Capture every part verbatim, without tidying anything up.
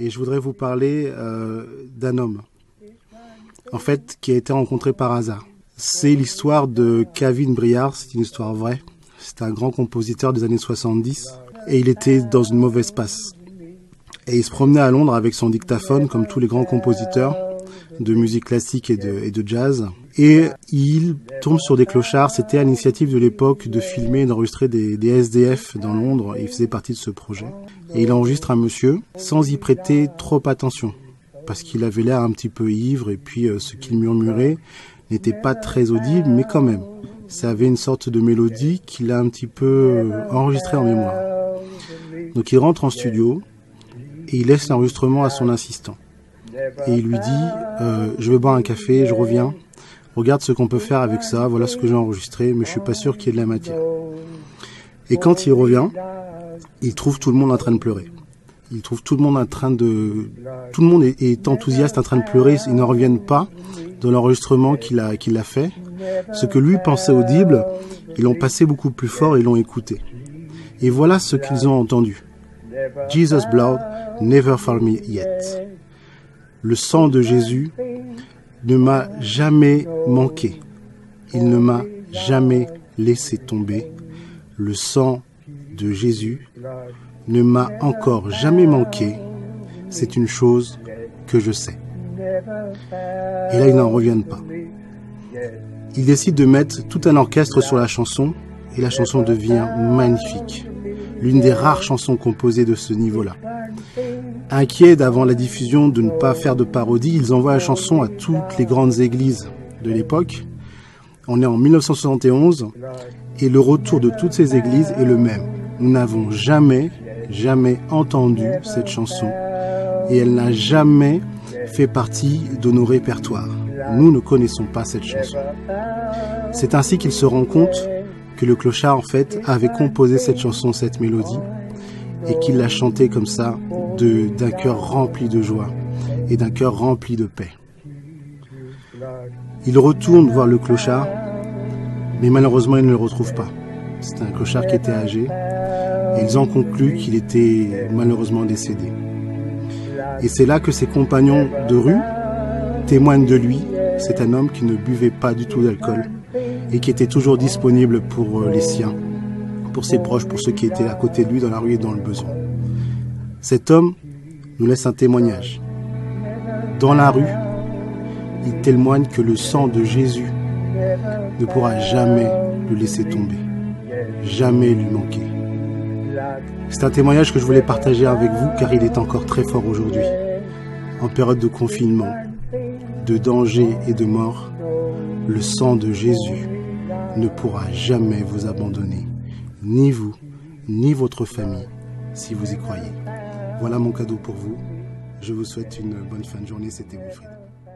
et je voudrais vous parler euh, d'un homme, en fait, qui a été rencontré par hasard. C'est l'histoire de Kavin Bryars, c'est une histoire vraie. C'est un grand compositeur des années soixante-dix et il était dans une mauvaise passe. Et il se promenait à Londres avec son dictaphone, comme tous les grands compositeurs de musique classique et de, et de jazz. Et il tombe sur des clochards. C'était à l'initiative de l'époque de filmer et d'enregistrer des, des S D F dans Londres. Et il faisait partie de ce projet. Et il enregistre un monsieur sans y prêter trop attention, parce qu'il avait l'air un petit peu ivre et puis euh, ce qu'il murmurait n'était pas très audible, mais quand même. Ça avait une sorte de mélodie qu'il a un petit peu euh, enregistrée en mémoire. Donc il rentre en studio et il laisse l'enregistrement à son assistant. Et il lui dit euh, « Je vais boire un café, je reviens. Regarde ce qu'on peut faire avec ça, voilà ce que j'ai enregistré, mais je suis pas sûr qu'il y ait de la matière. » Et quand il revient, il trouve tout le monde en train de pleurer. Il trouve tout le monde en train de... Tout le monde est, est enthousiaste, en train de pleurer. Ils n'en reviennent pas de l'enregistrement qu'il a, qu'il a fait. Ce que lui pensait audible, ils l'ont passé beaucoup plus fort et l'ont écouté. Et voilà ce qu'ils ont entendu. « Jesus' blood never failed me yet. » Le sang de Jésus ne m'a jamais manqué. Il ne m'a jamais laissé tomber. Le sang de Jésus ne m'a encore jamais manqué. C'est une chose que je sais. Et là, ils n'en reviennent pas. Ils décident de mettre tout un orchestre sur la chanson et la chanson devient magnifique. L'une des rares chansons composées de ce niveau-là. Inquiets d'avant la diffusion de ne pas faire de parodie, ils envoient la chanson à toutes les grandes églises de l'époque. On est en mille neuf cent soixante et onze et le retour de toutes ces églises est le même. Nous n'avons jamais, jamais entendu cette chanson et elle n'a jamais fait partie de nos répertoires. Nous ne connaissons pas cette chanson. C'est ainsi qu'ils se rendent compte que le clochard, en fait, avait composé cette chanson, cette mélodie, et qu'il l'a chantée comme ça, de, d'un cœur rempli de joie et d'un cœur rempli de paix. Ils retournent voir le clochard, mais malheureusement, ils ne le retrouvent pas. C'était un clochard qui était âgé, et ils en concluent qu'il était malheureusement décédé. Et c'est là que ses compagnons de rue témoignent de lui. C'est un homme qui ne buvait pas du tout d'alcool et qui était toujours disponible pour les siens, pour ses proches, pour ceux qui étaient à côté de lui dans la rue et dans le besoin. Cet homme nous laisse un témoignage. Dans la rue, il témoigne que le sang de Jésus ne pourra jamais le laisser tomber, jamais lui manquer. C'est un témoignage que je voulais partager avec vous car il est encore très fort aujourd'hui. En période de confinement, de danger et de mort, le sang de Jésus ne pourra jamais vous abandonner, ni vous, ni votre famille, si vous y croyez. Voilà mon cadeau pour vous. Je vous souhaite une bonne fin de journée. C'était Wilfried.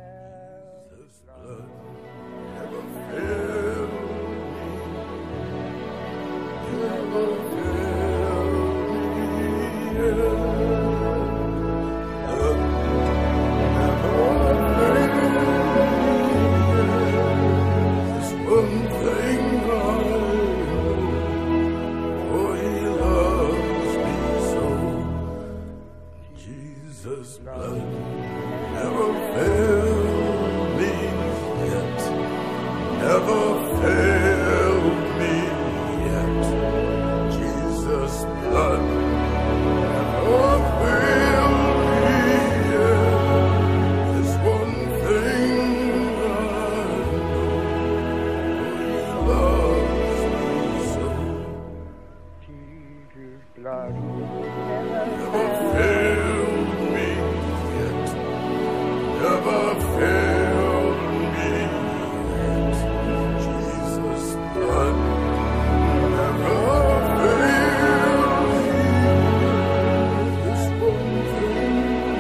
Jesus' blood never failed me yet, never failed me yet. Jesus' blood never failed me yet. There's one thing I know, He loves me so. Jesus' blood never failed me yet, never failed me yet. Jesus' blood never failed me. This one thing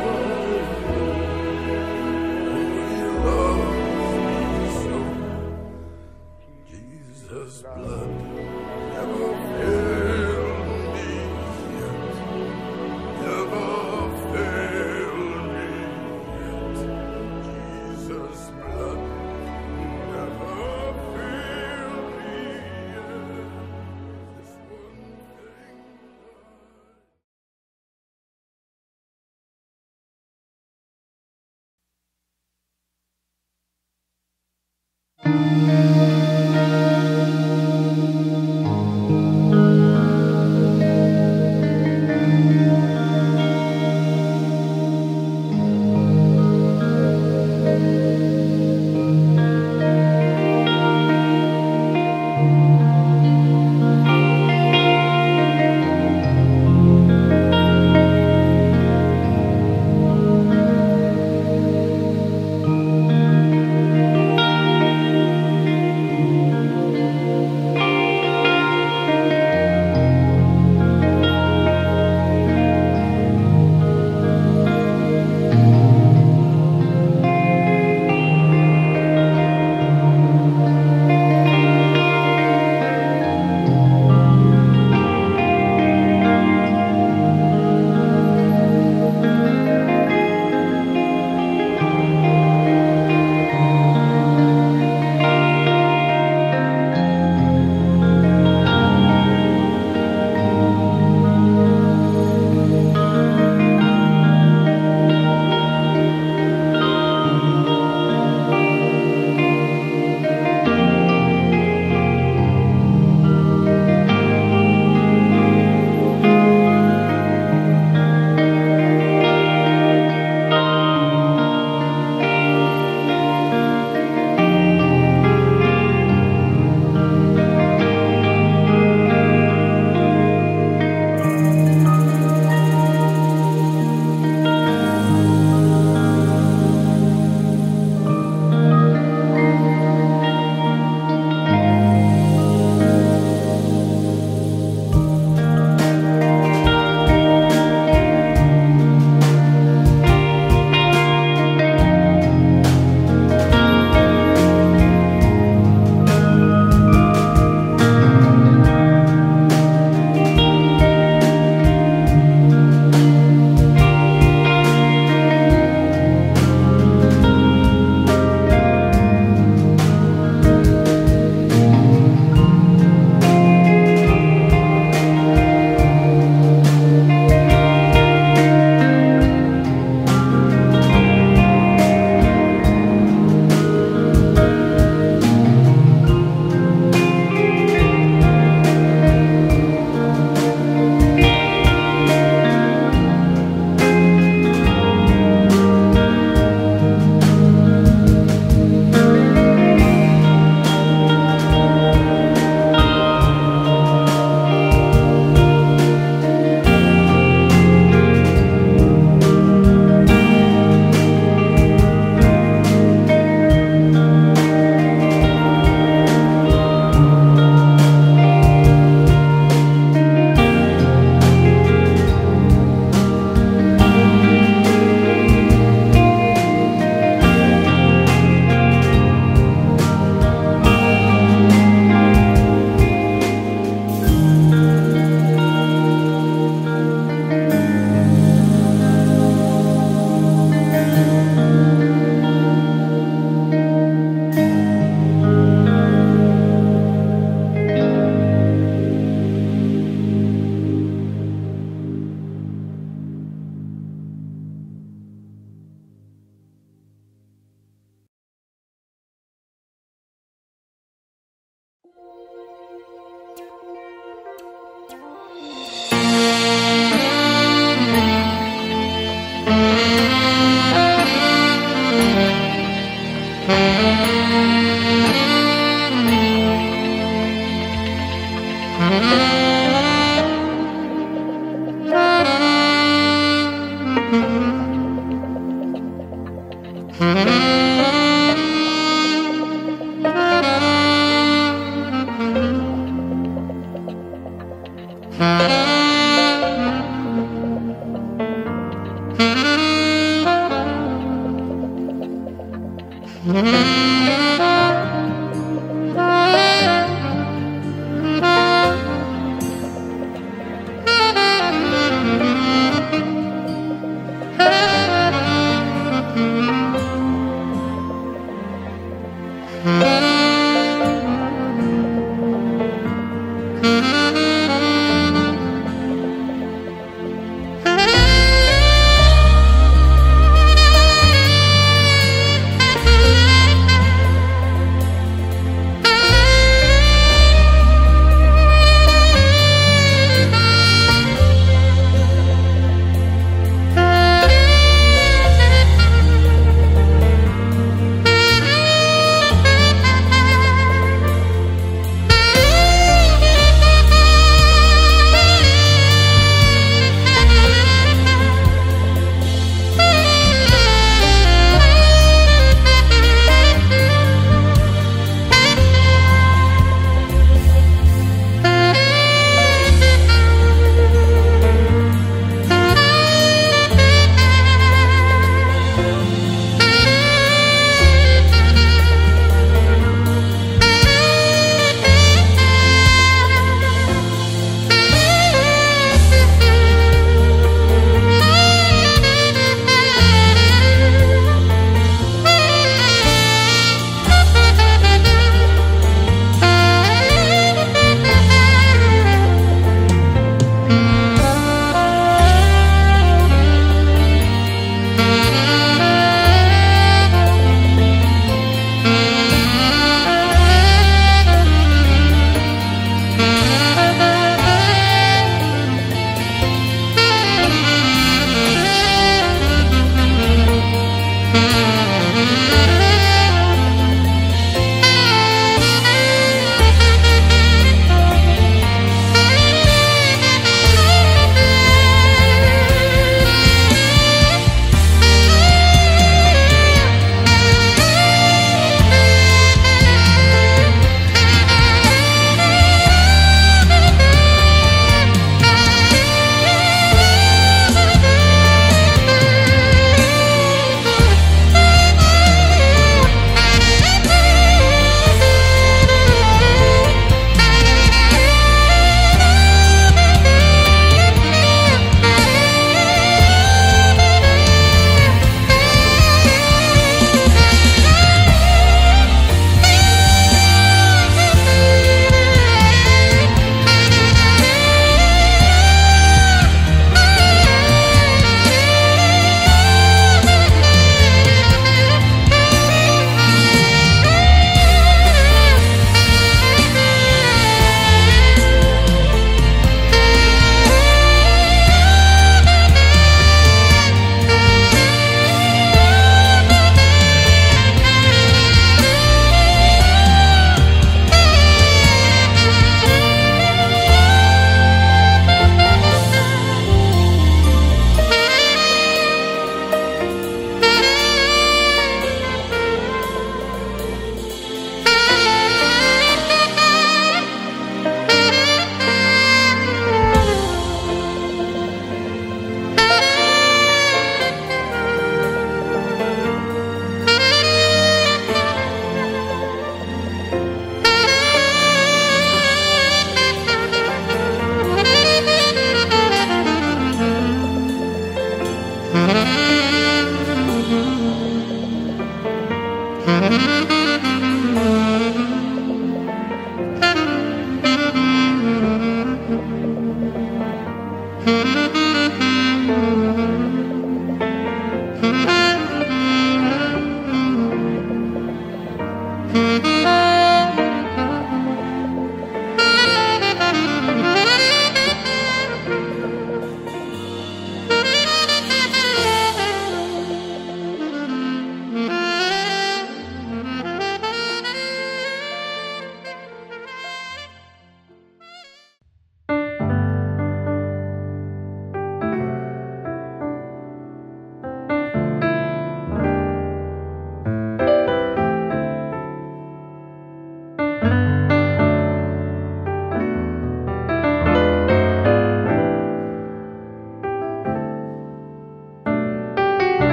I know, He loves me so. Jesus' blood never failed me yet.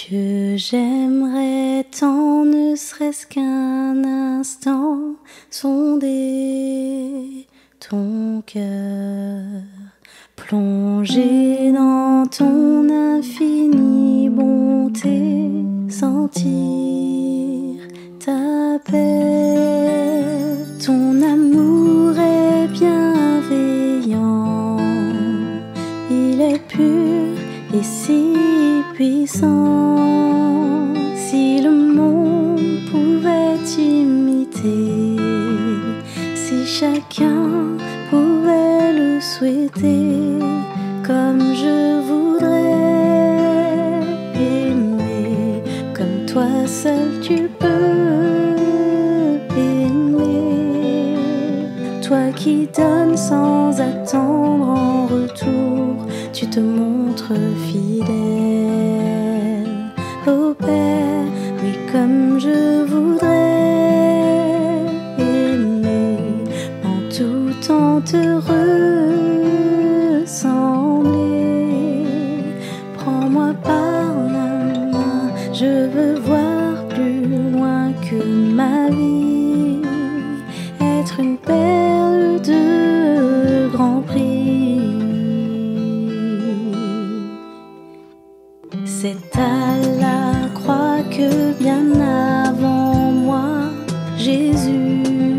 que j'aimerais tant, ne serait-ce qu'un instant, sonder ton cœur, plonger dans ton infinie bonté, sentir ta paix. Ton amour est bienveillant, il est pur et si puissant. Si le monde pouvait imiter, si chacun pouvait le souhaiter, comme je voudrais aimer, comme toi seul tu peux aimer. Toi qui donnes sans attendre en retour, tu te montres fidèle. Ô Père, oui, comme je voudrais aimer, en tout temps te ressembler. Prends-moi par la main, je veux voir plus loin que ma vie, être une perle de grand prix. C'est à la croix que bien avant moi, Jésus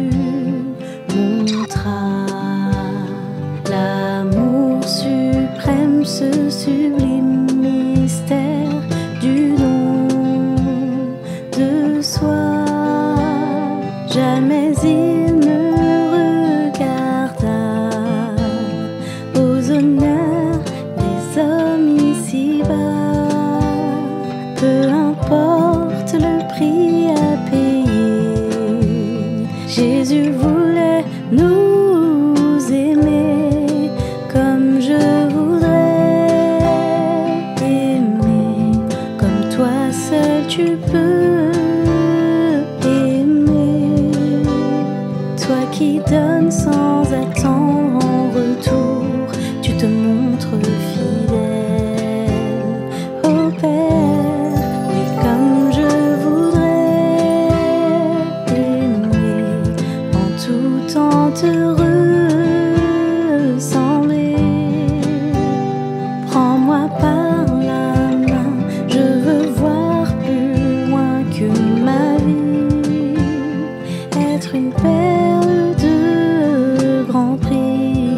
montra l'amour suprême, ce sublime mystère du don de soi. Jamais il ne regarda aux honneurs des hommes ici-bas. Peu importe le prix à payer, Jésus voulait nous aimer comme je voudrais aimer, comme toi seul tu peux aimer. Toi qui donnes sans attendre en retour, tu te montres fidèle. Ô Père, oui, comme je voudrais aimer, en tout temps te ressembler. Prends-moi par la main, je veux voir plus loin que ma vie, être une perle de grand prix.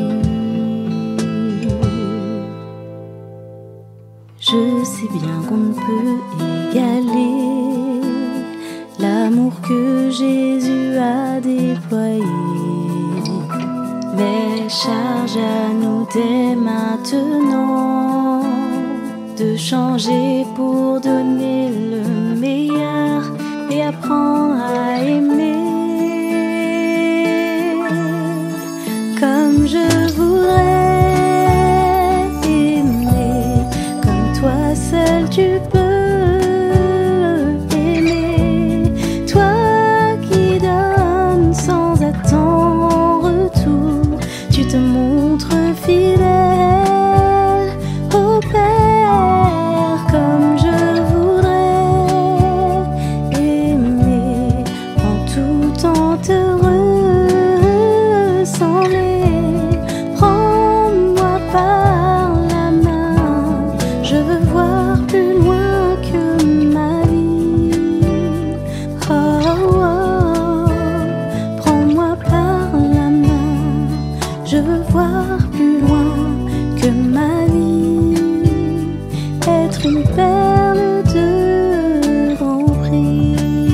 Je sais bien qu'on ne peut égaler l'amour que Jésus a déployé, mais charge à nous dès maintenant de changer pour donner le meilleur et apprendre à aimer comme je voudrais aimer, comme toi seul tu peux aimer. Toi qui donnes sans attendre en retour, tu te montres fidèle. Ô Père, comme je voudrais aimer, en tout temps te ressembler. Prends-moi par la main, je veux voir plus loin que ma vie. Oh, oh, oh. Prends-moi par la main, je veux voir plus loin que ma vie, être une perle de grand prix.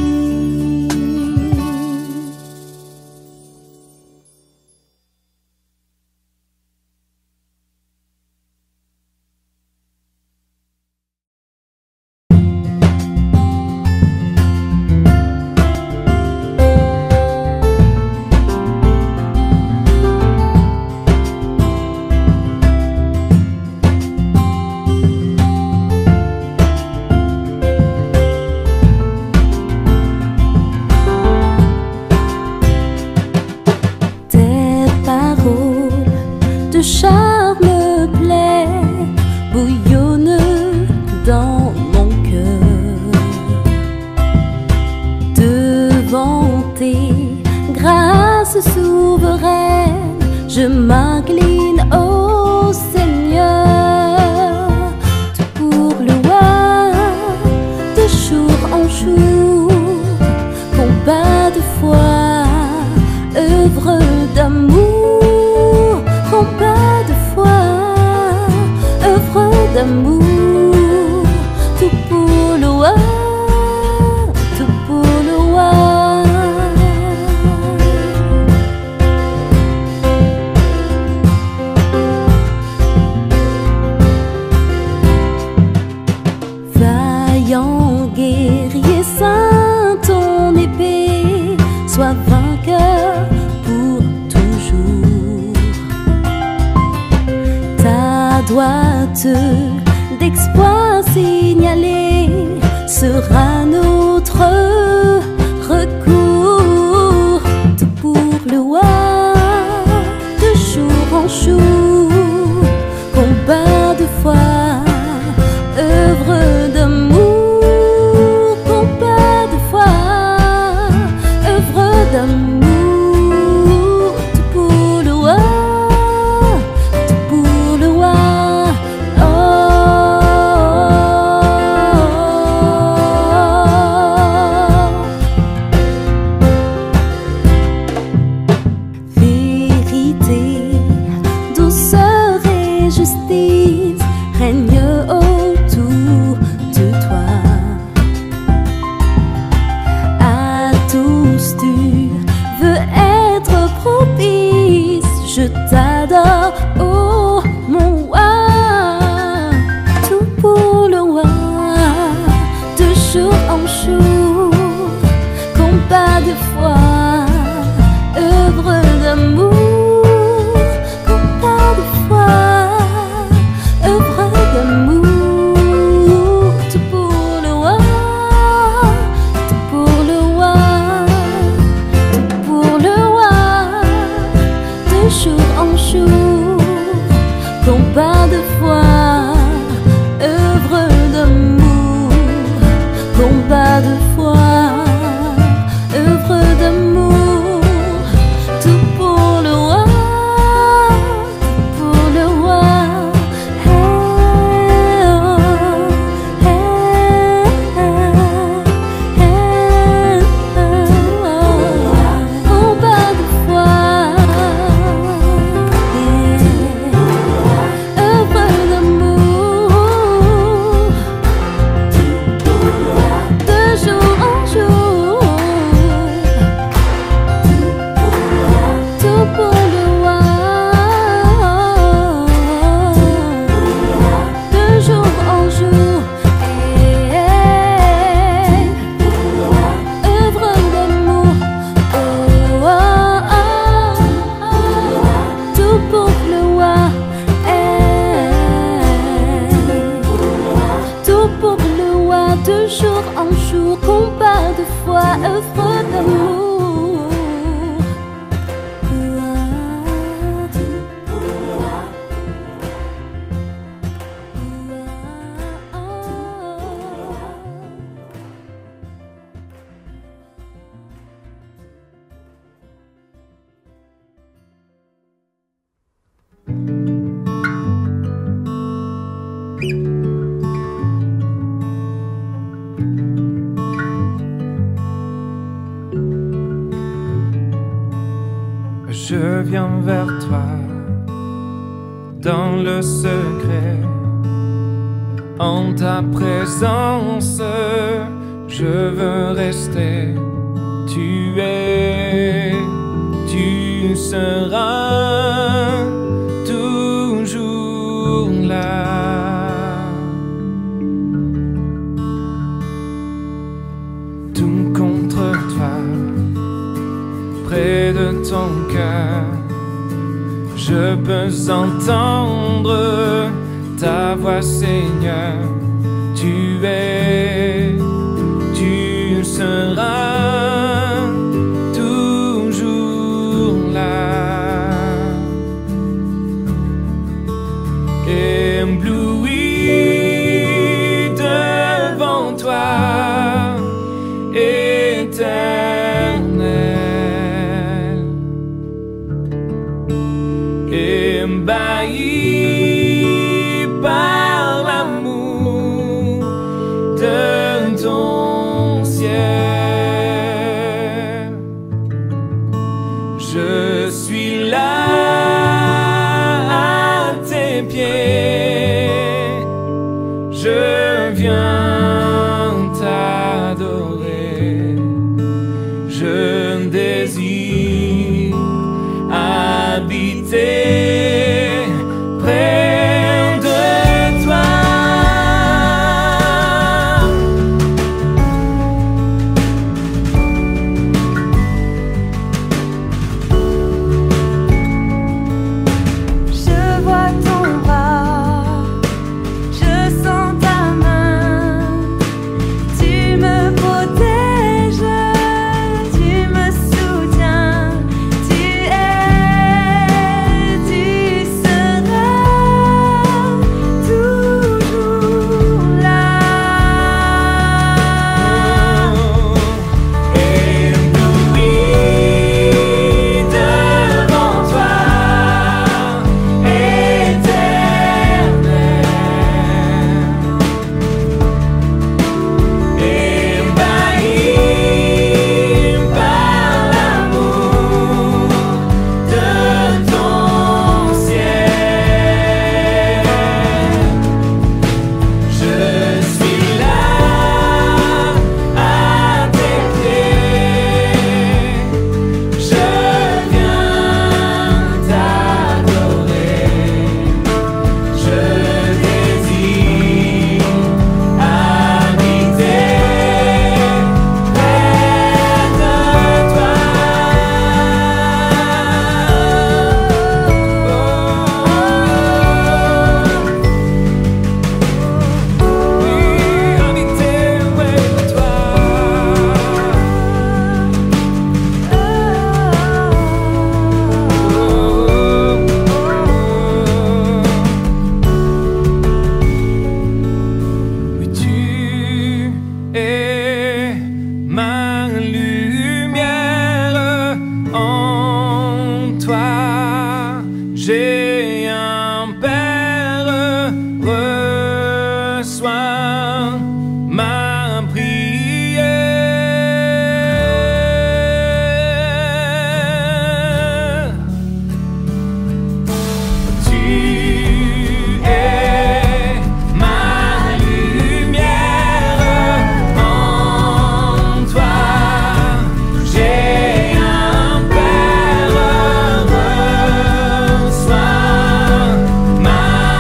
Tes paroles de charme plaît bouillonnent dans mon cœur. je m'incline au Seigneur. Tout pour louer de jour en jour, combat de foi, œuvre d'amour, combat de foi, œuvre d'amour. Tout pour louer, tout pour louer. Vaillant guerrier saint, ton épée soit vainqueur pour toujours. Ta droite d'exploit signalée sera notre recours. Tout pour le roi, de jour en jour, combat de foi, œuvre d'amour, combat de foi, œuvre d'amour. Tout pour le roi, tout pour le roi. Vérité, douceur et justice règnent autour de toi. À tous tu veux être propice, je t'adore, oh mon roi. Tout pour le roi, de jour en jour, combat de foi, œuvre d'amour, combat de foi, œuvre d'amour. Tout pour le roi, tout pour le roi, tout pour le roi, de jour en jour, combat de foi, œuvre d'amour, combat de foi, œuvre d'amour. Tout pour le roi, tout pour le roi. Hey, oh, hey, hey, oh, combat de foi, œuvre d'amour, de jour en jour. Tout pour le roi, de jour en jour. Hey, hey, œuvre d'amour. Oh, oh, oh, oh. Tout pour le roi. Hey, tout pour le roi, de jour en jour, combat de foi, œuvre d'amour. Je viens vers toi dans le secret, en ta présence, je veux rester. Tu es, tu seras toujours là. Tout contre toi, près de ton cœur, je peux entendre ta voix, Seigneur. Tu es, tu seras toujours là. Ébloui devant toi, éternel. ébahi par l'amour de ton ciel. Je suis là à tes pieds, je viens t'adorer, je désire habiter près de toi. Je vois ton bras, je sens ta main, tu me protèges, tu me soutiens, tu es, tu seras toujours là. Ébloui devant toi, éternel, ébahi par l'amour de ton ciel. Je suis là à tes pieds, je viens t'adorer, je désire habiter près de toi. Oui, habiter près de toi. Oui, tu es ma lumière, en toi j'ai un Père, reçois ma prière. Tu es ma lumière, en toi j'ai un Père, reçois ma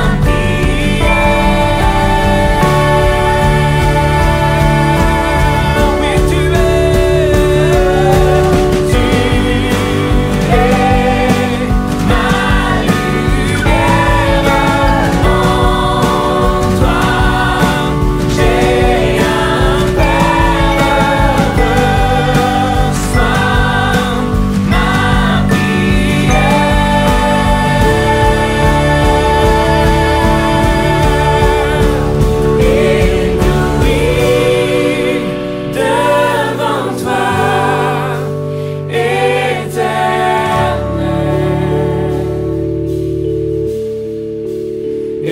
prière. Oui, tu es, tu es ma lumière, en toi j'ai un Père, reçois ma prière. Ébloui devant toi, éternel,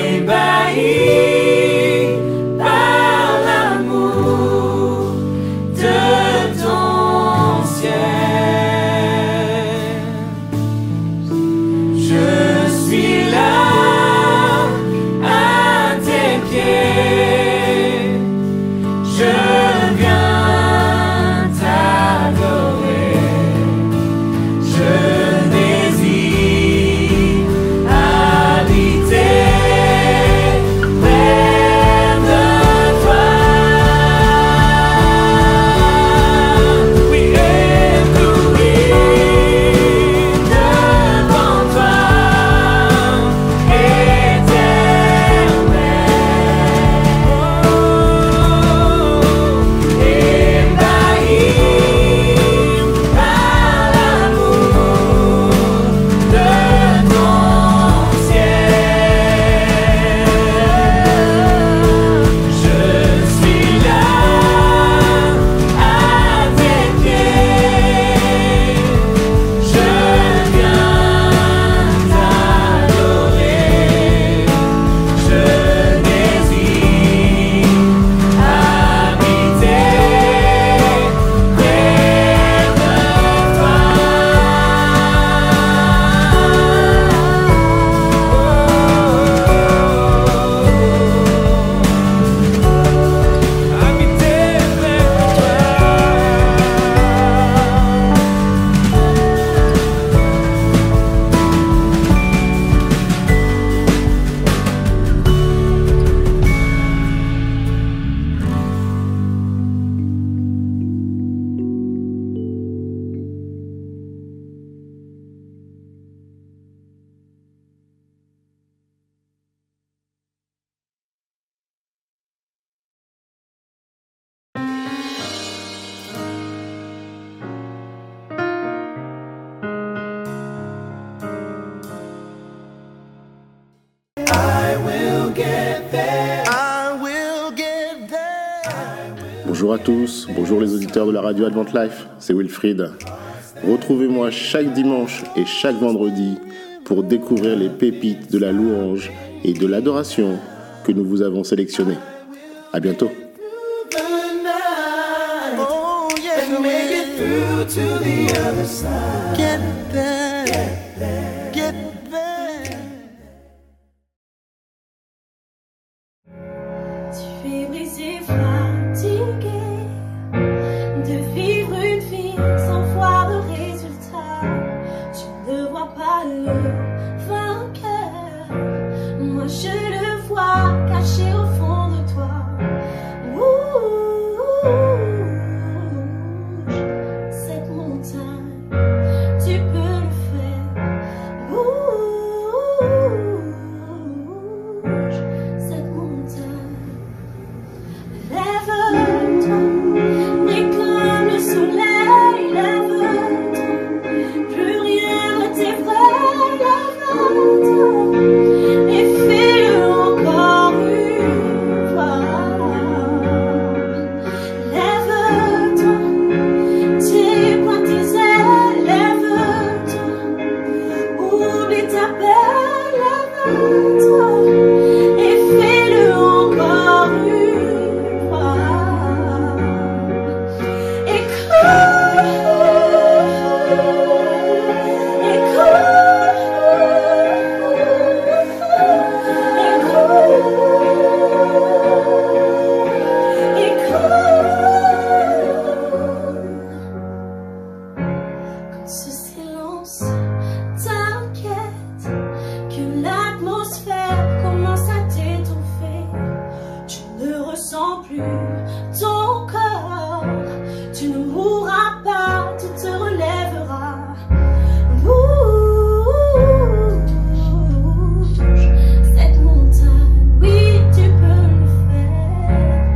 ébahi par l'amour de ton ciel. Je suis là à tes pieds, je viens t'adorer, je désire habiter près de toi. Oui, ébloui devant toi, Bonjour à tous, bonjour les auditeurs de la radio Advent Life, c'est Wilfried. Retrouvez-moi chaque dimanche et chaque vendredi pour découvrir les pépites de la louange et de l'adoration que nous vous avons sélectionnées. À bientôt. Oh, yes, and make it through to the other side. Get there, get there, get there. Tu es brisé, fatigué de vivre une vie sans voir de résultat. Tu ne vois pas le vainqueur. Moi je le vois caché au fond de toi. Bouge cette montagne, tu peux le faire. Bouge cette montagne. Lève-toi, brille comme le soleil. Lève-toi, plus rien ne t'effraie. Lève-toi et fais-le encore une fois. Lève-toi, déploie tes ailes. Lève-toi, oublie ta peur. Lève-toi et fais-le encore une fois. Et cours, et cours, et cours, et cours. Quand ce silence t'inquiète, que l'atmosphère commence à t'étouffer, tu ne ressens plus ton corps, tu ne mourras pas, tu te relèveras. Bouge cette montagne, oui tu peux le faire.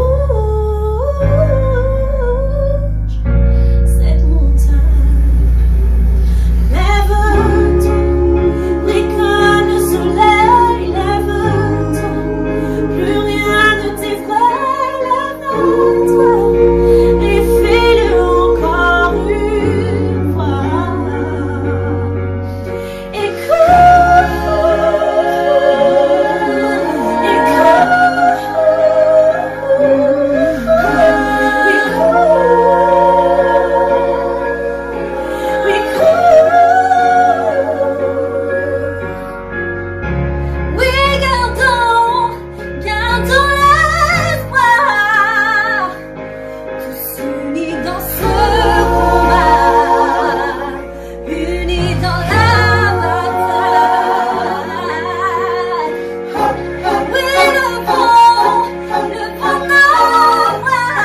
Bouge cette montagne. Lève-toi, brille comme le soleil. Lève-toi, plus rien ne t'effraie. Lève-toi et fais-le encore une fois. Et cours, et cours, et cours, et cours. Oui, gardons, gardons l'espoir, tous unis dans ce combat, unis dans la bataille. Oui, levons, levons nos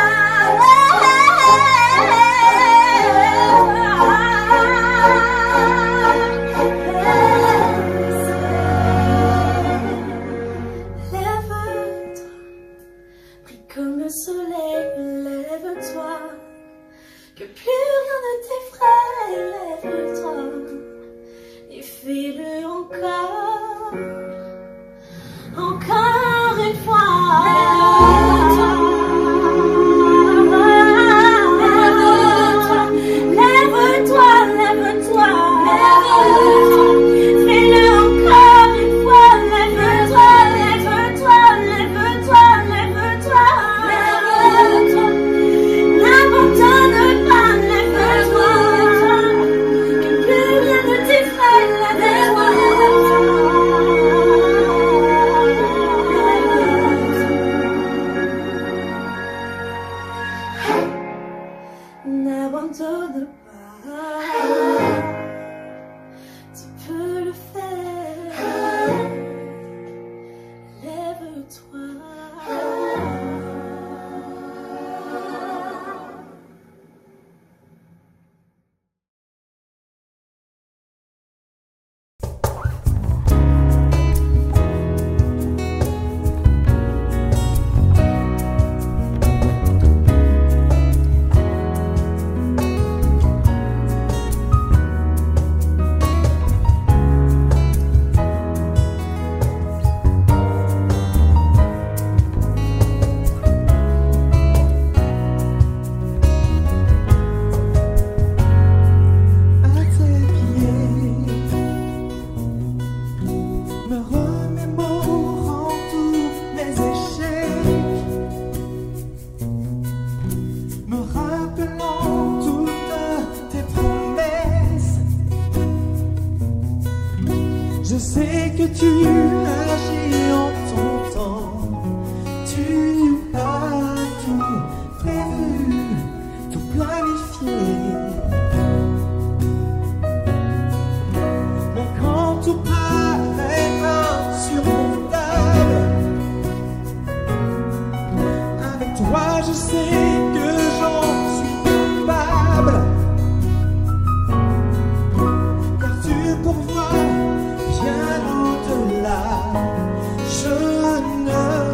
bras. Lève-toi, brille comme le soleil. Lève-toi, que plus rien ne t'effraie. Lève-toi et fais-le encore, encore une fois. Lève-toi, lève-toi, lève-toi, lève-toi, fais-le encore une fois. Lève-toi, lève-toi, lève-toi, lève-toi, lève-toi, n'abandonne pas. Lève-toi, que plus rien ne t'effraie. Lève-toi. Je sais que tu agis en ton temps. Tu as tout prévu, tout planifié. Mais quand tout paraît insurmontable, avec toi je sais que j'en suis capable. Car tu pourvois bien au-delà. Je ne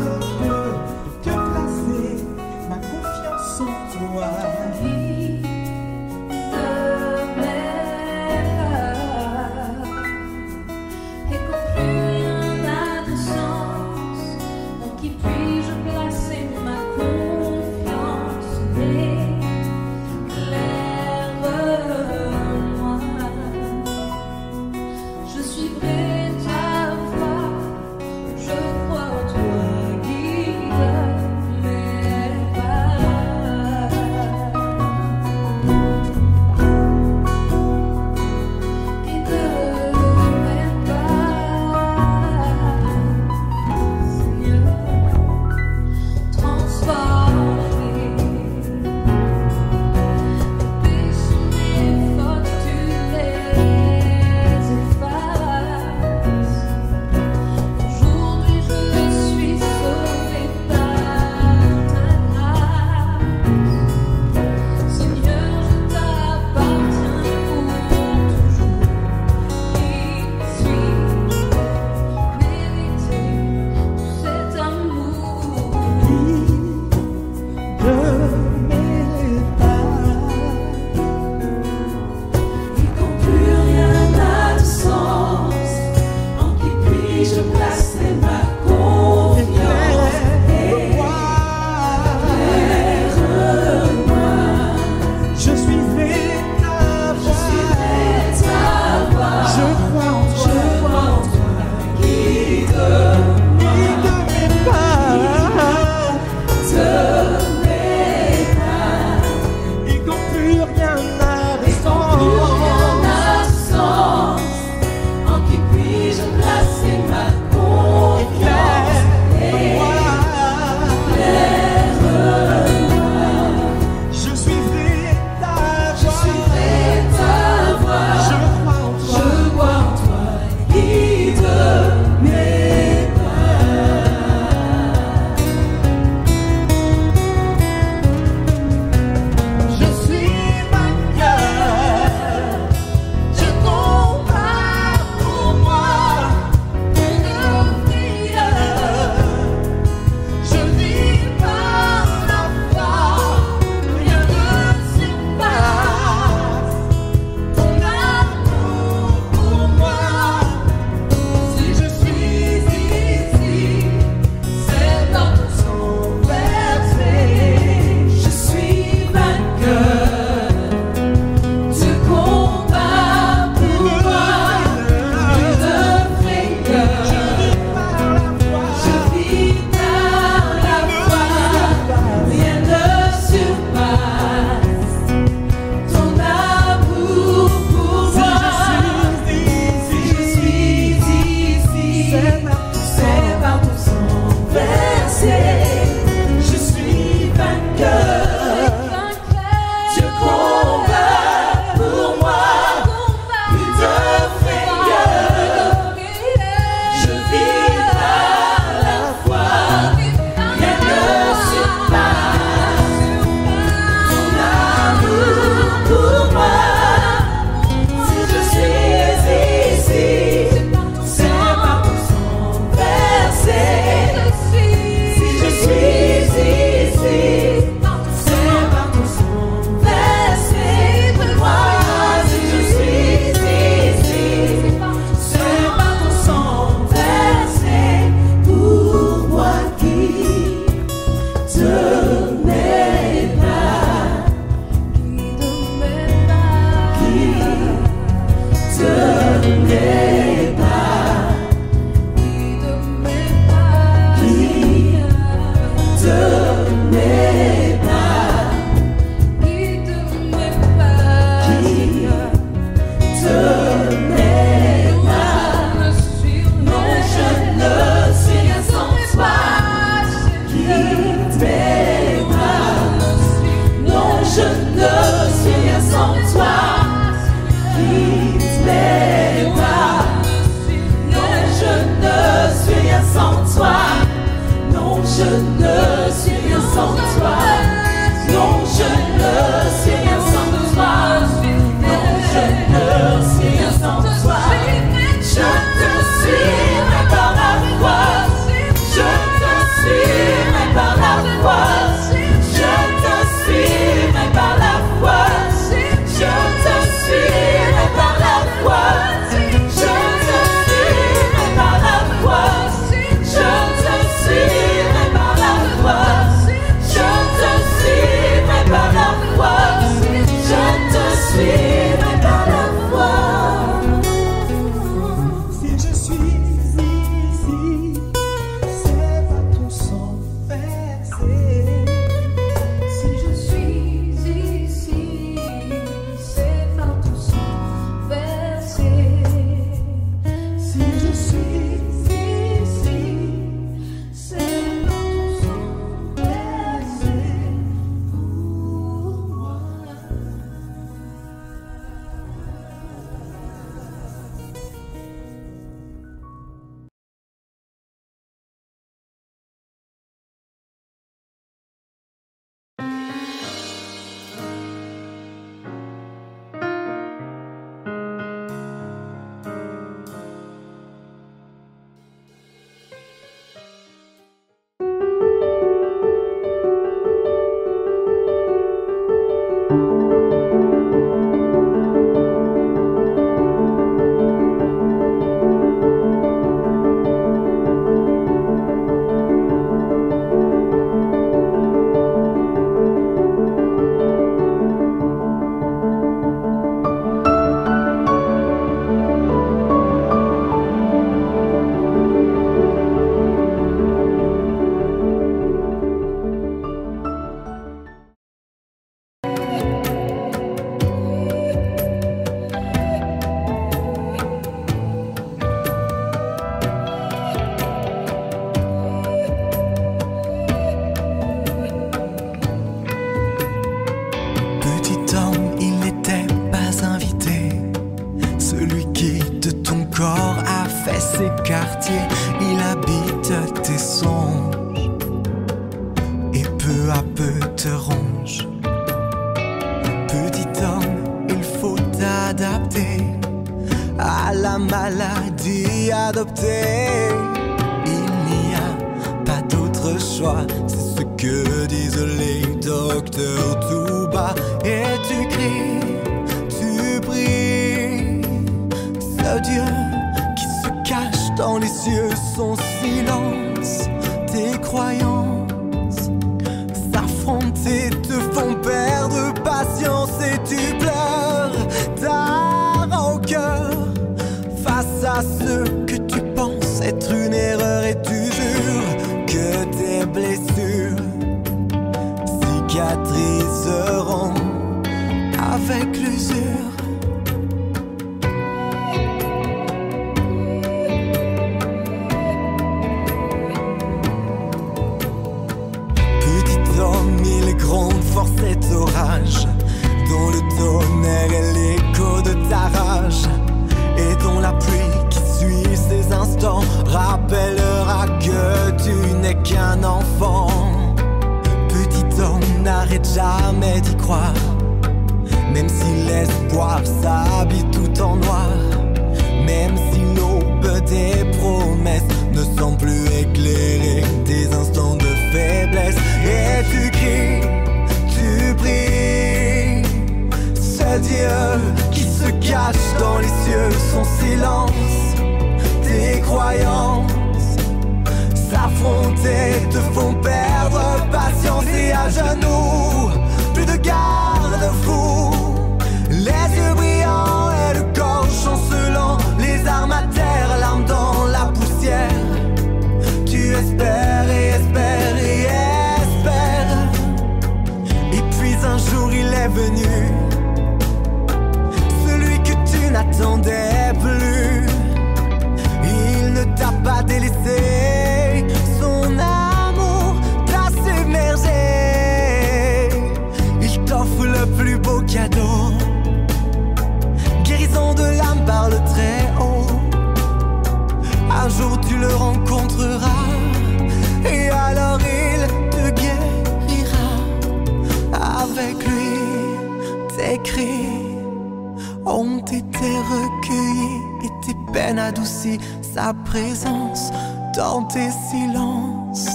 Sa présence dans tes silences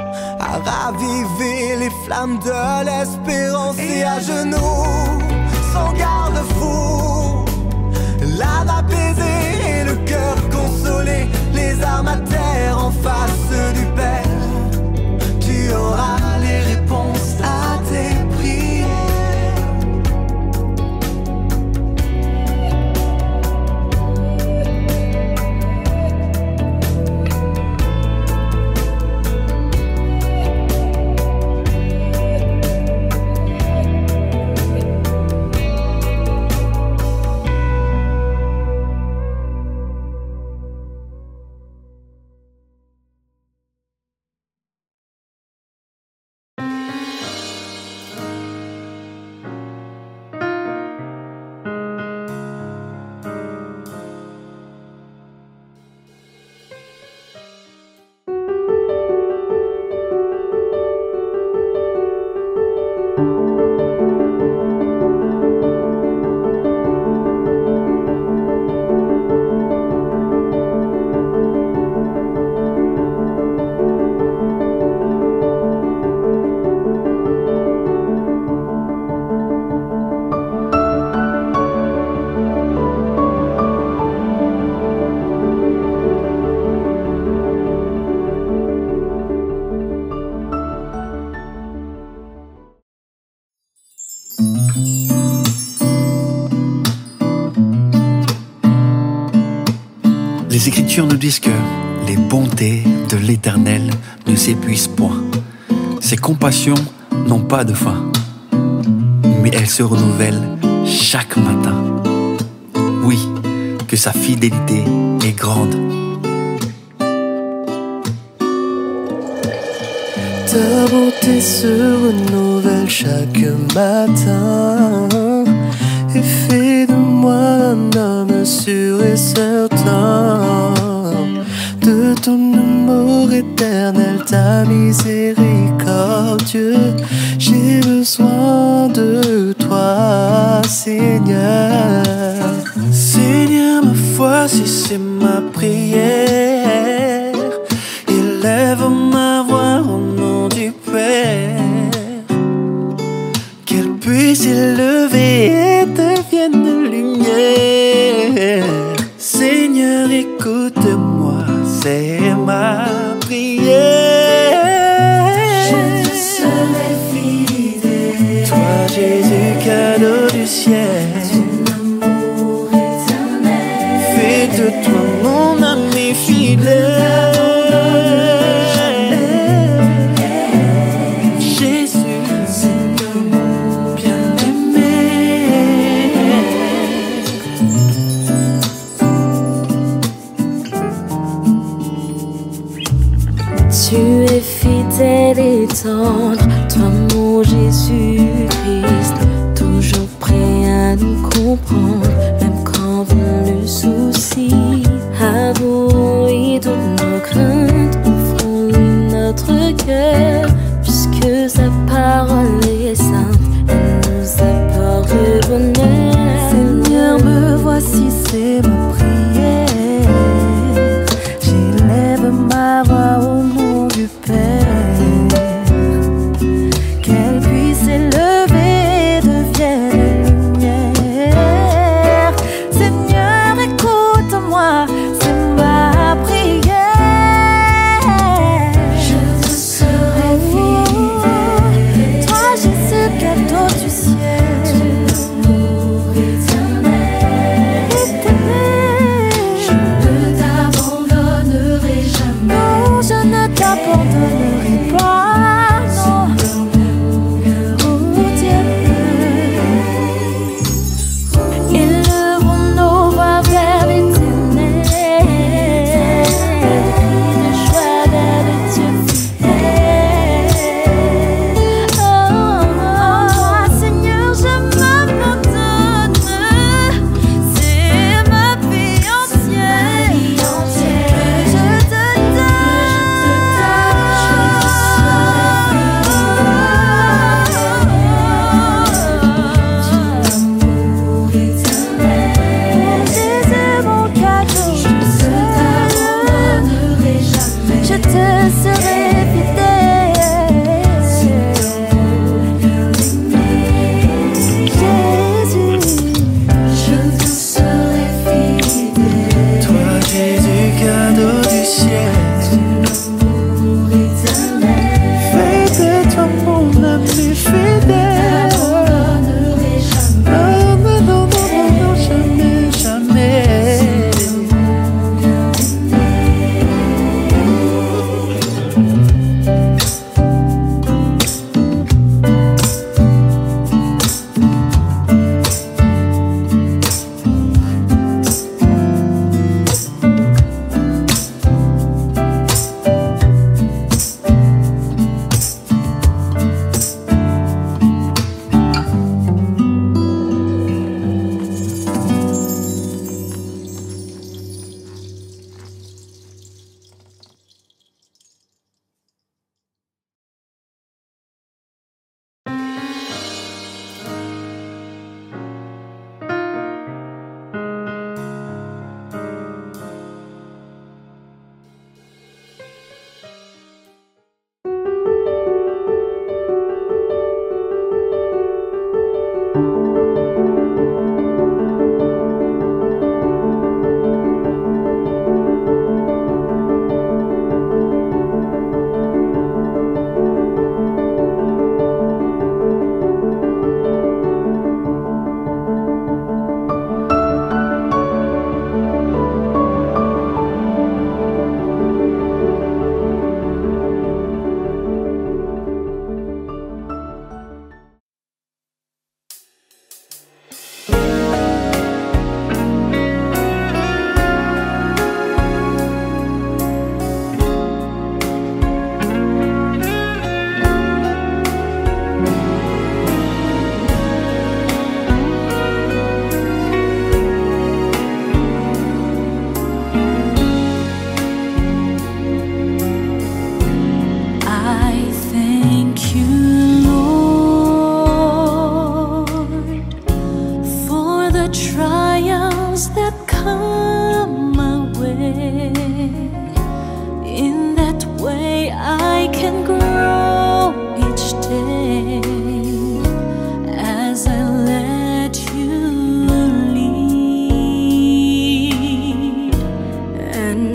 a ravivé les flammes de l'espérance. Et à genoux, sans garde-fou, l'âme apaisée et le cœur consolé, les armes à terre en face du Père, tu auras les réponses à tes prières. Les Écritures nous disent que les bontés de l'Éternel ne s'épuisent point. Ses compassions n'ont pas de fin, mais elles se renouvellent chaque matin. Oui, que sa fidélité est grande. Ta bonté se renouvelle chaque matin et fait de moi un homme sûr et certain. De ton amour éternel, ta miséricorde, Dieu, j'ai besoin de toi, Seigneur. Seigneur, ma foi, si c'est ma prière, élève ma voix au nom du Père, qu'elle puisse élever et devienne lumière. Seigneur, écoute-moi, c'est ma prière. Je te serai fidèle. Toi, Jésus, cadeau du ciel. Ton amour éternel. Fais de toi mon ami fidèle. Tu es fidèle et tendre, toi mon Jésus-Christ, toujours prêt à nous comprendre, même quand vient le souci. Avouez toutes nos craintes, offrons-lui notre cœur, puisque sa parole est sainte, elle nous apporte le bonheur. Seigneur, me voici, c'est ma prière. J'élève ma voix au nom du Père, qu'elle puisse élever et devienne lumière. Seigneur, écoute-moi, c'est ma prière. Je te serai fidèle. Toi, Jésus, cadeau du ciel. Ton amour éternel. Éternel. Je ne t'abandonnerai jamais. Non, je ne t'abandonnerai pas, non. Oh Dieu. Élevons nos voix vers l'éternel, de joie d'être Dieu fidèle. Oh, oh, Seigneur, je m'abandonne, c'est ma vie entière. Je te donne. C'est mon cadeau. Je te serai fidèle. Jésus, je te serai fidèle. Toi, Jésus, cadeau du ciel. Fais de toi mon ami fidèle. Non, non, non, non, non, jamais, jamais.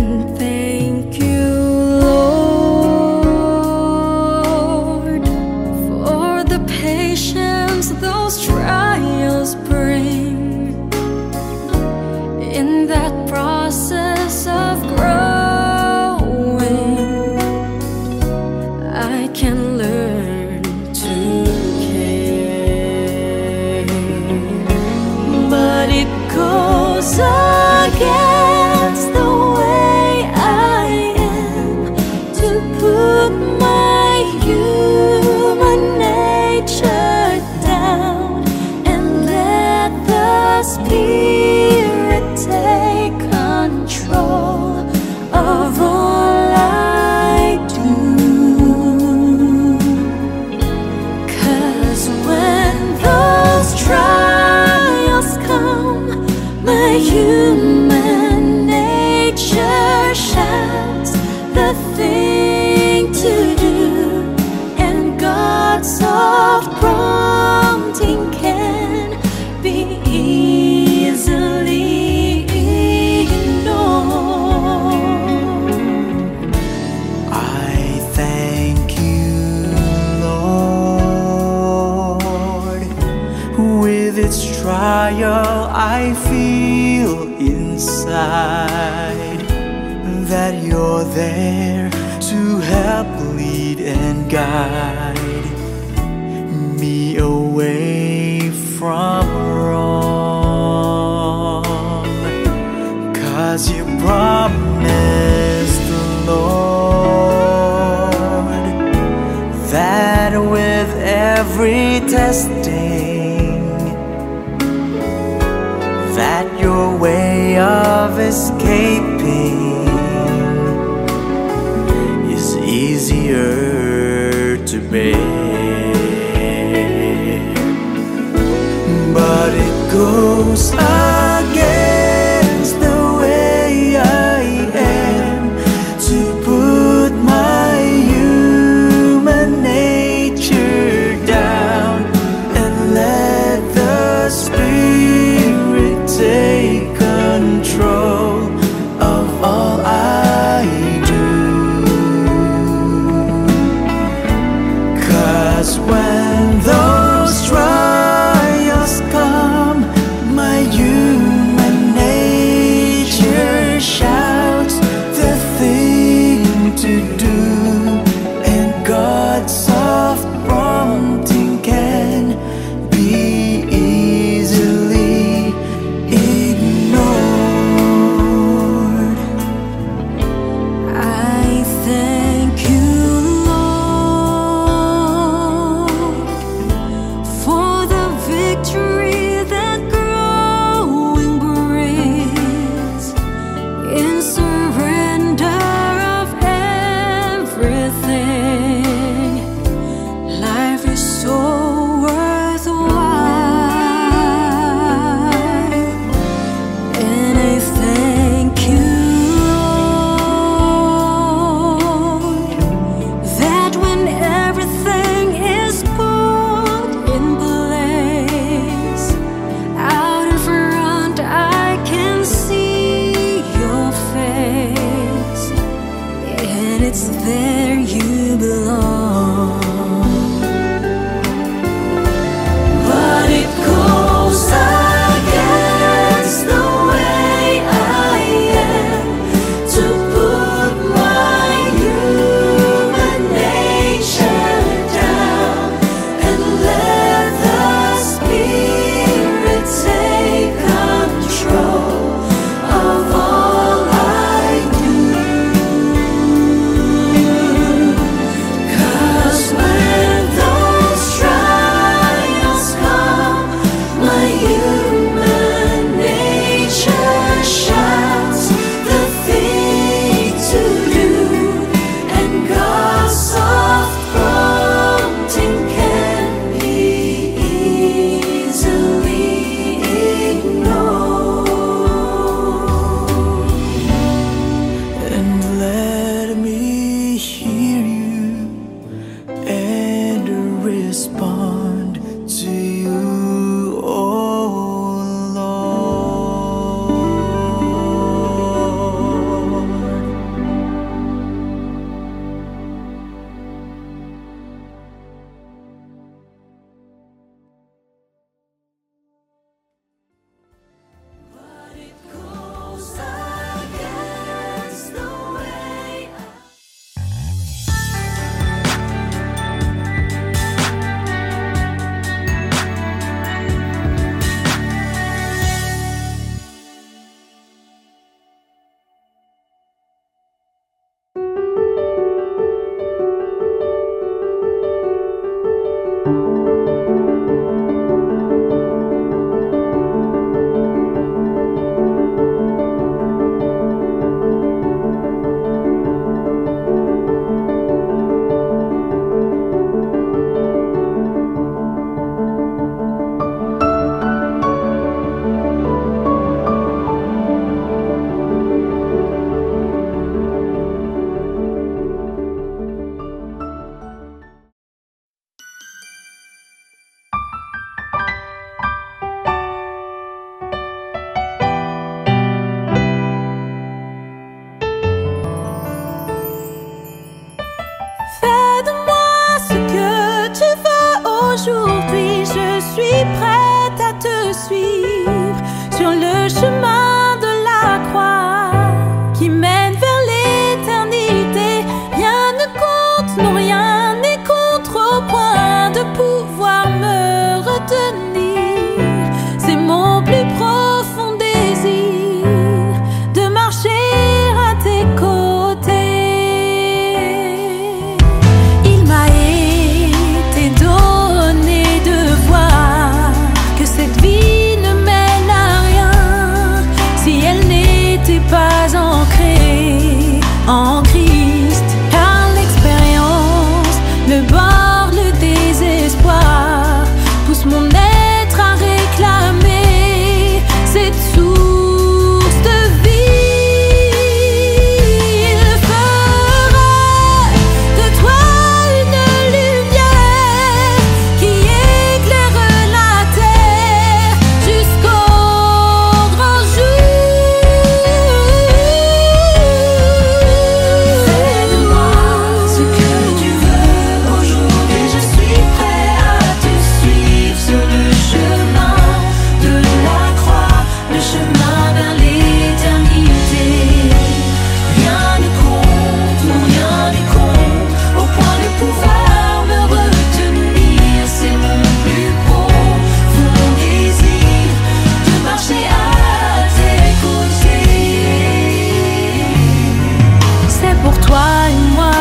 Thank you, Lord, for the patience those trials bring. In that process of growing, I can learn to care. But it goes against the way I am to put my human nature down and let the Spirit take control of all I do. 'Cause when those trials come, my human nature shouts the thing to do, and God's soft prompting can be easily ignored. I thank you, Lord. With its trial, I feel inside that you're there to help lead and guide me away from wrong. 'Cause you promised, Lord, that with every testing, that your way of escaping is easier to bear. But it goes against the way I am to put my human nature down and let the Spirit take control of all I do. 'Cause when those trials come, my human nature shouts the thing to do, and God's soft prompting can be easily ignored. I thank you, Lord, for the victory that growing brings in surrender of everything. Life is so worthwhile, and I thank you, Lord, that when everything is put in place, out in front I can see your face, and it's there you belong. But it goes against the way I am to put my human nature down and let the Spirit take control of all I do. 'Cause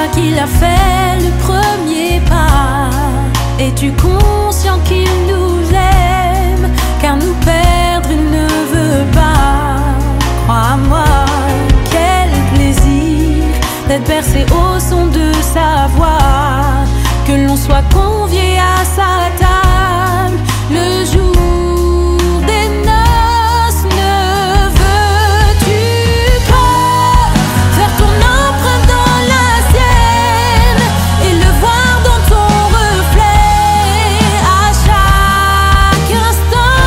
qu'il a fait le premier pas. Es-tu conscient qu'il nous aime? Car nous perdre il ne veut pas. Crois-moi, quel plaisir d'être bercé au son de sa voix, que l'on soit convié à sa table le jour des noces. Ne veux-tu pas faire ton empreinte dans la sienne et le voir dans ton reflet à chaque instant?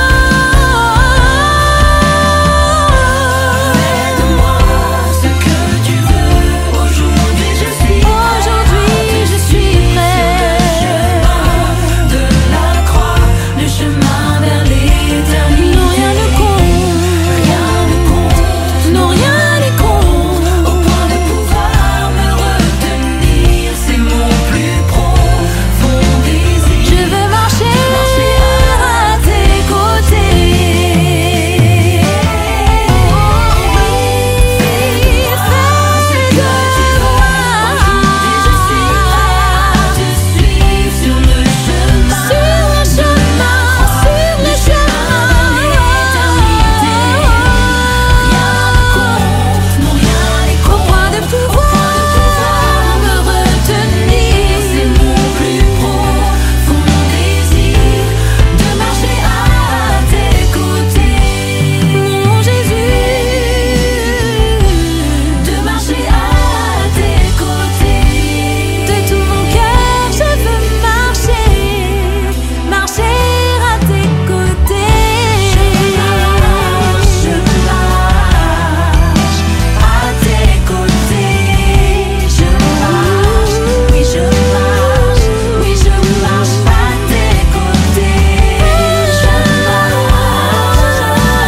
Fais-moi ce que tu veux. Aujourd'hui je suis Aujourd'hui je suis prêt. De la croix, le chemin vers l'éternité. Non, rien ne compte, rien ne compte, non, rien n'est compte, au point de pouvoir me retenir. C'est mon plus profond désir. Je veux marcher à tes côtés. Fais de moi. Aujourd'hui je suis prêt à te suivre sur le chemin, sur le chemin, sur le chemin de l'éternité. Rien ne compte, non, rien n'est compte, au point de pouvoir me retenir. C'est mon plus profond désir de marcher à tes côtés, mon Jésus, de marcher à tes côtés. De tout mon cœur je veux marcher, marcher à tes côtés. Je marche, je marche à tes côtés. Je marche, oui je marche, oui je marche à tes côtés. Je marche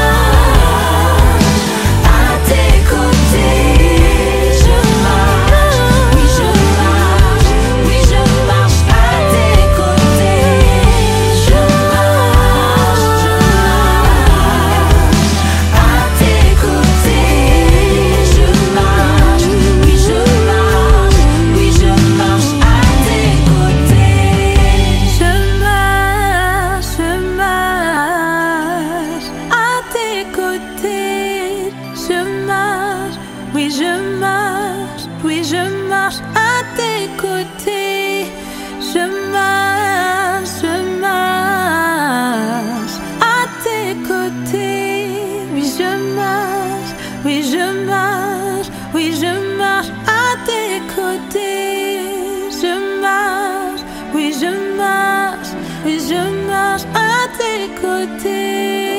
à tes côtés. Je marche, oui je marche, oui je marche à tes côtés. Je marche, je marche à tes côtés. Je marche, oui je marche, oui je marche à tes côtés. Je marche, je marche à tes côtés. Je marche, oui je marche, oui je marche à tes côtés. Je marche, je marche à tes côtés. Oui je marche, oui je marche, oui je marche à tes côtés. Je marche, oui je marche, oui je marche à tes côtés.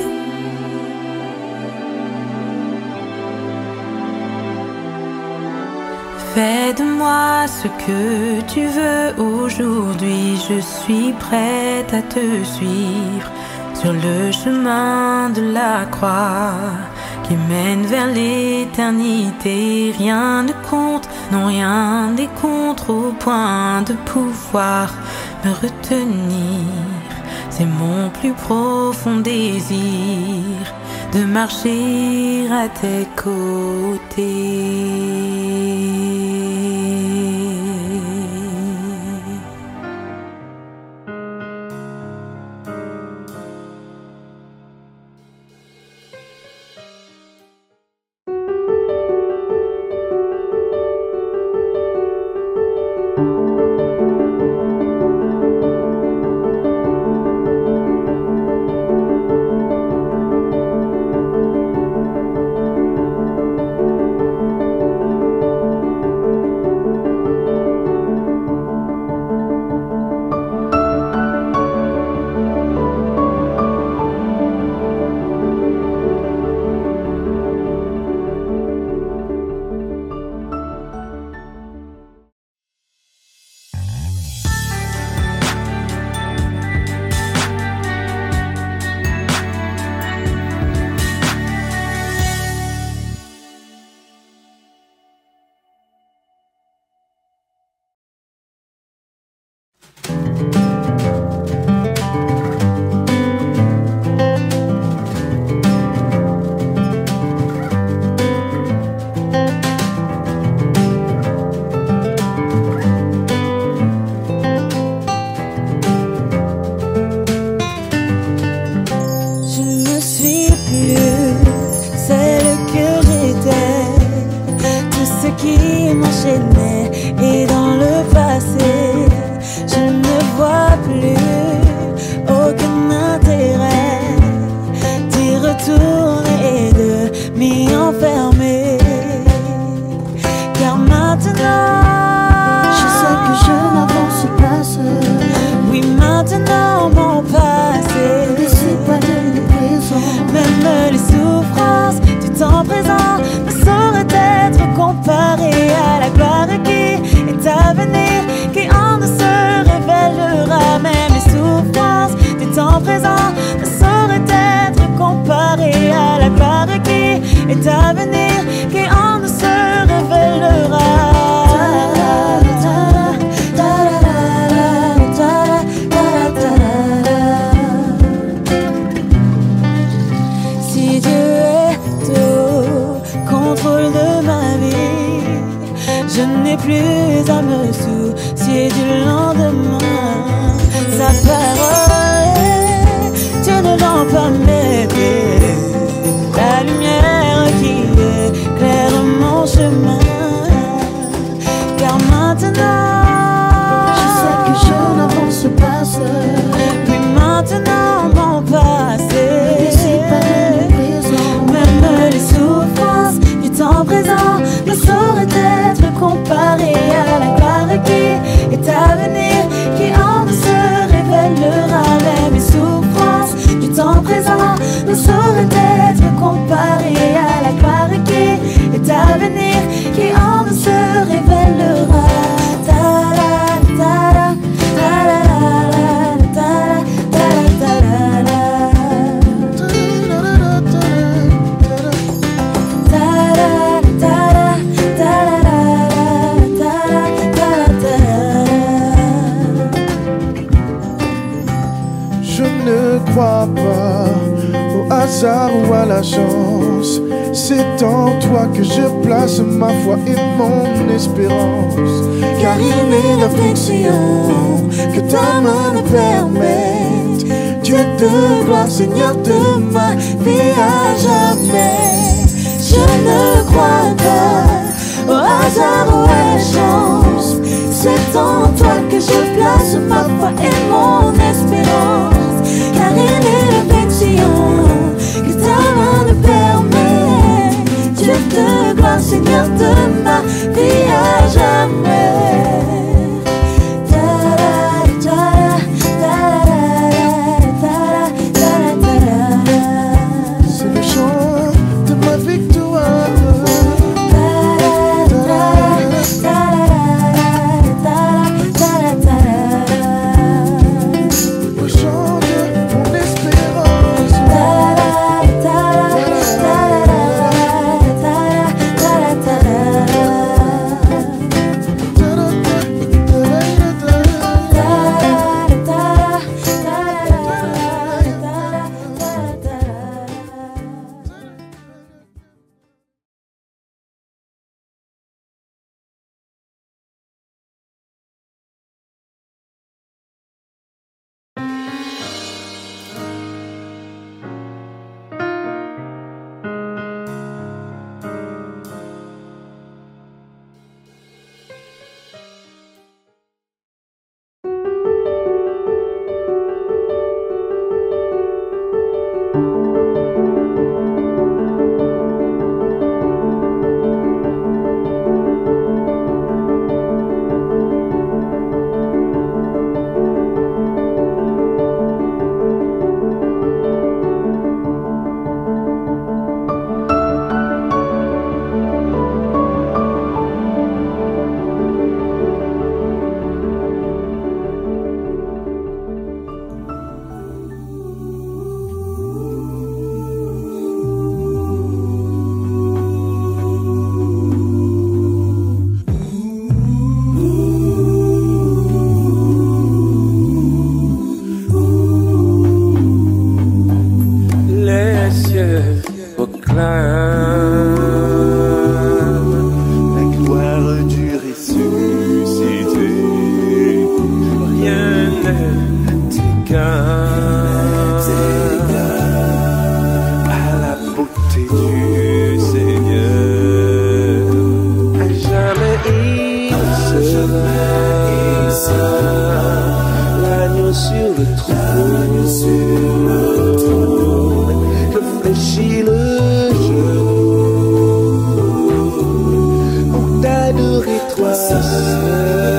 Fais de moi ce que tu veux. Aujourd'hui je suis prête à te suivre sur le chemin de la croix qui mène vers l'éternité. Rien ne compte, non, rien n'est contre, au point de pouvoir me retenir. C'est mon plus profond désir de marcher à tes côtés. qui m'enchaînait. Et dans le passé, je ne vois plus aucun intérêt d'y retourner et de m'y enfermer. Car maintenant, je sais que je n'avance pas seul. oui, maintenant mon passé Ne suis pas de présent. même les souffrances du temps présent ne sauraient être comparées à la gloire qui est à venir, qui en nous se révélera. Même les souffrances du temps présent ne sauraient être comparées à la gloire qui est à venir, qui en nous se révélera. Si Dieu est au contrôle de ma vie, je n'ai plus à me soucier du lendemain. Sa parole, Dieu ne rend pas mes pieds, la lumière qui éclaire mon chemin. Car maintenant, Je sais que je n'avance pas seul. oui, maintenant mon passé Ne suis pas de présent. même les souffrances du temps présent ne sauraient être comparées à la gloire qui est à venir, qui en nous se révélera. Même les souffrances du temps présent ne sauraient être comparées à la gloire qui est à venir, qui en nous se révélera. Ta-da, ta-da, ta-da-da-da, ta-da, Je ne crois pas au hasard ou à la chance. C'est en toi que je place ma foi et mon espérance. car il est l'affliction que ta main me permette. Dieu de gloire, Seigneur de ma vie à jamais. Je ne crois pas au hasard ou à la chance. C'est en toi que je place ma foi et mon espérance. Car il est l'affliction que ta main me permet. Dieu de gloire, Seigneur de ma vie à jamais. C'est le chant de ma victoire. Le chant de mon espérance. l'agneau sur le trône, je fléchis le genou pour t'adorer toi seul.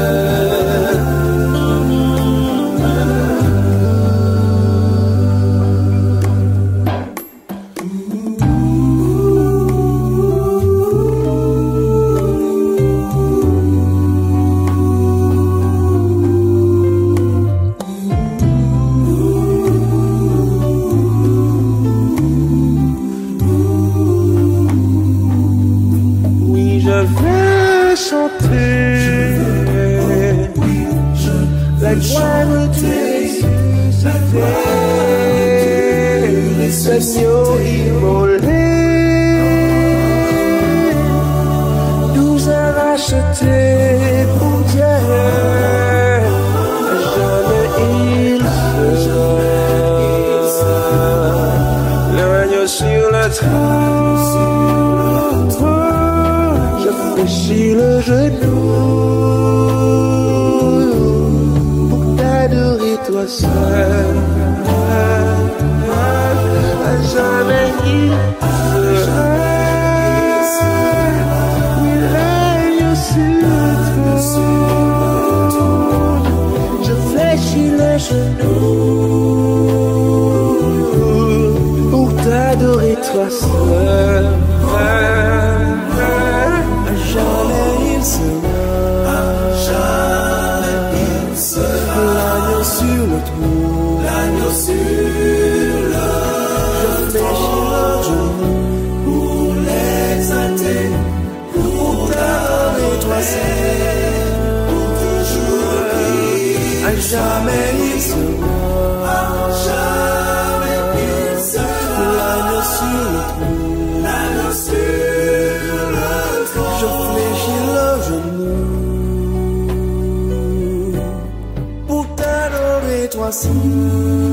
L'agneau immolé nous a rachetés pour Dieu. Jamais il sera l'agneau sur le trône. Je fléchis le genou pour t'adorer toi seul. Jamais il sera, il règne sur le trône. Je fléchis le genou pour t'adorer toi seul. Jamais il sera, jamais il sera l'agneau sur le trône, l'agneau sur le pour l'exalter, pour t'adorer toi seul, pour toujours vivre. À jamais il sera, jamais il sera l'agneau sur le trône, l'agneau sur le trône. Je fléchis le genou pour t'adorer toi seul.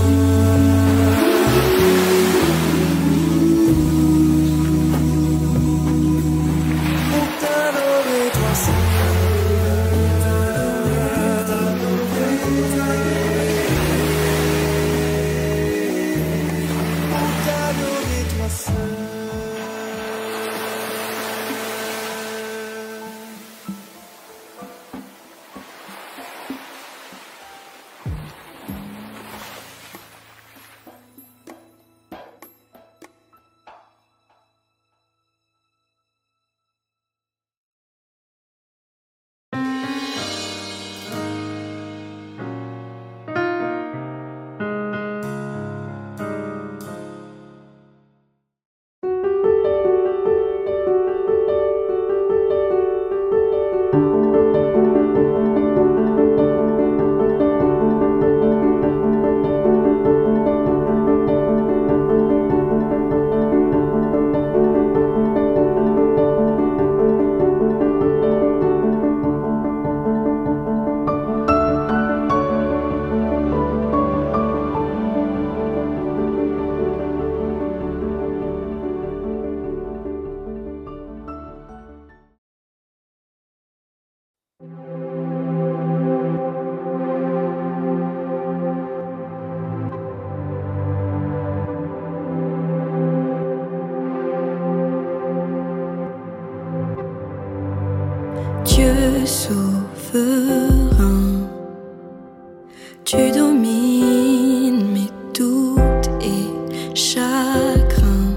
Dieu souverain, tu domines mes doutes et chagrins,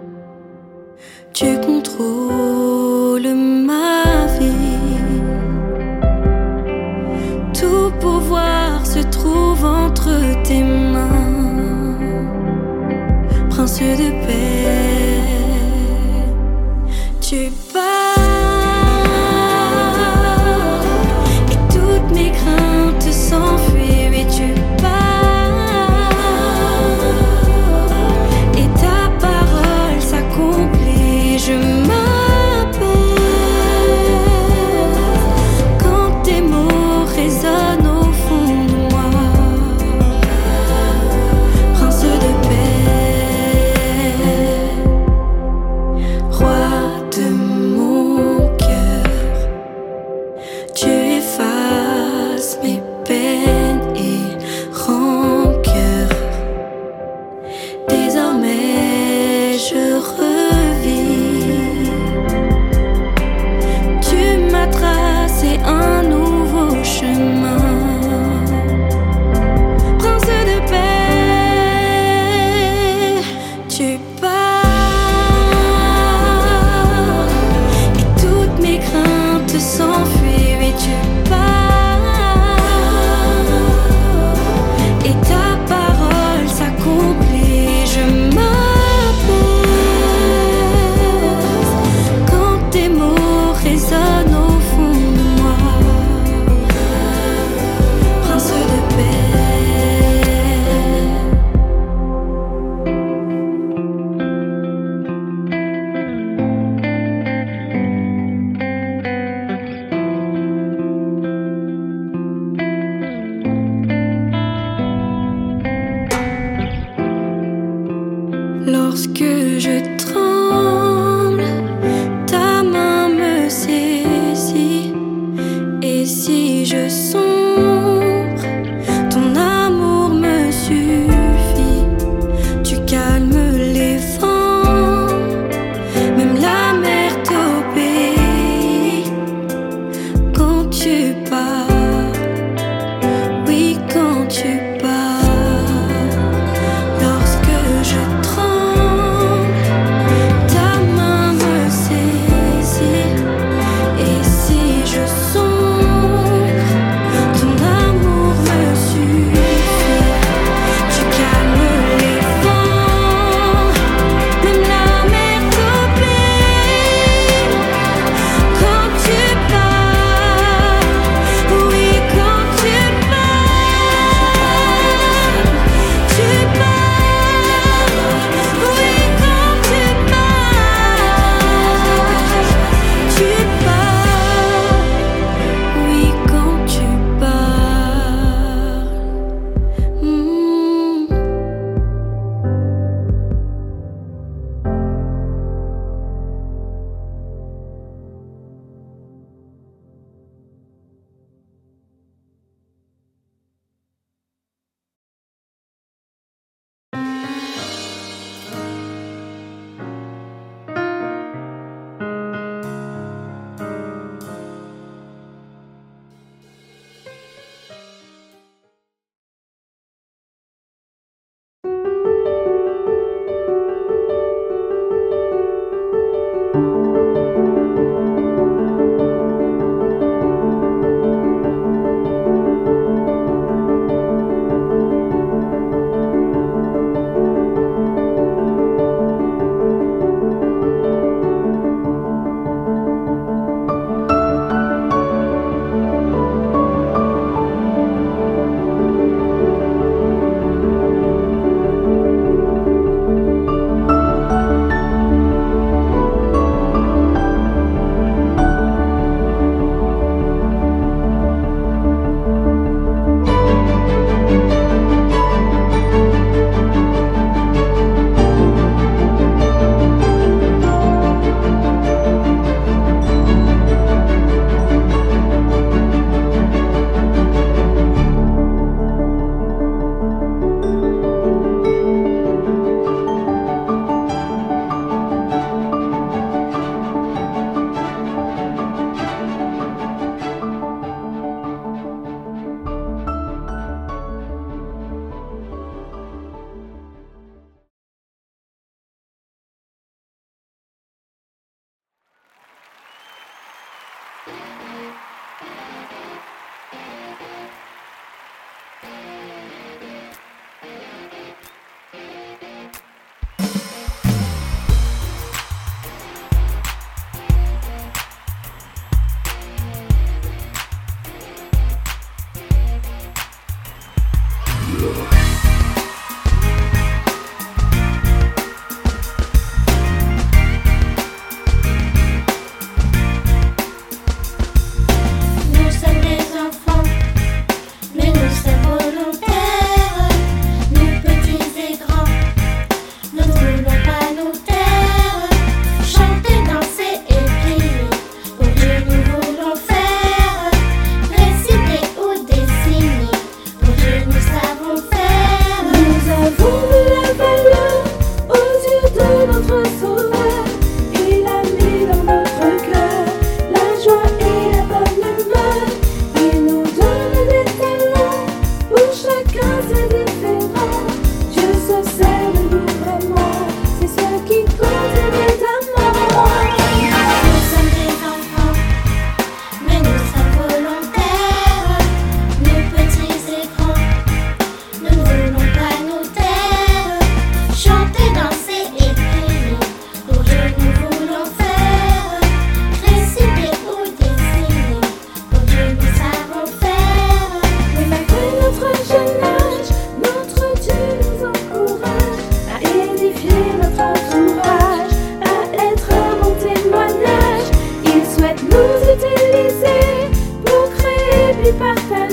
tu contrôles ma vie, tout pouvoir se trouve entre tes mains, Prince de paix, tu pars. S'enfuir et tu pars.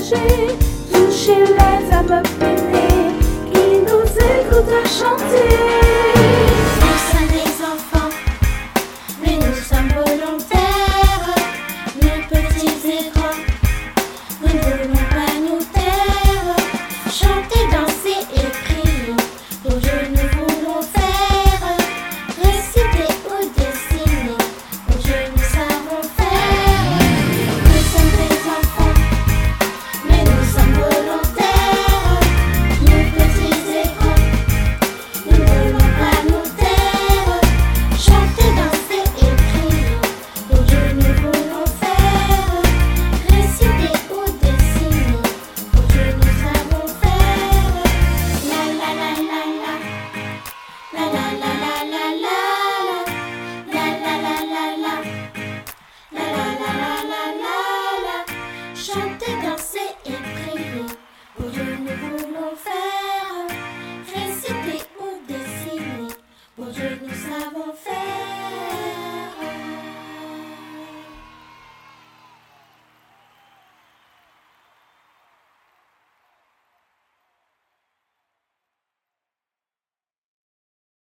toucher, toucher les âmes peinées qui nous écoutent chanter.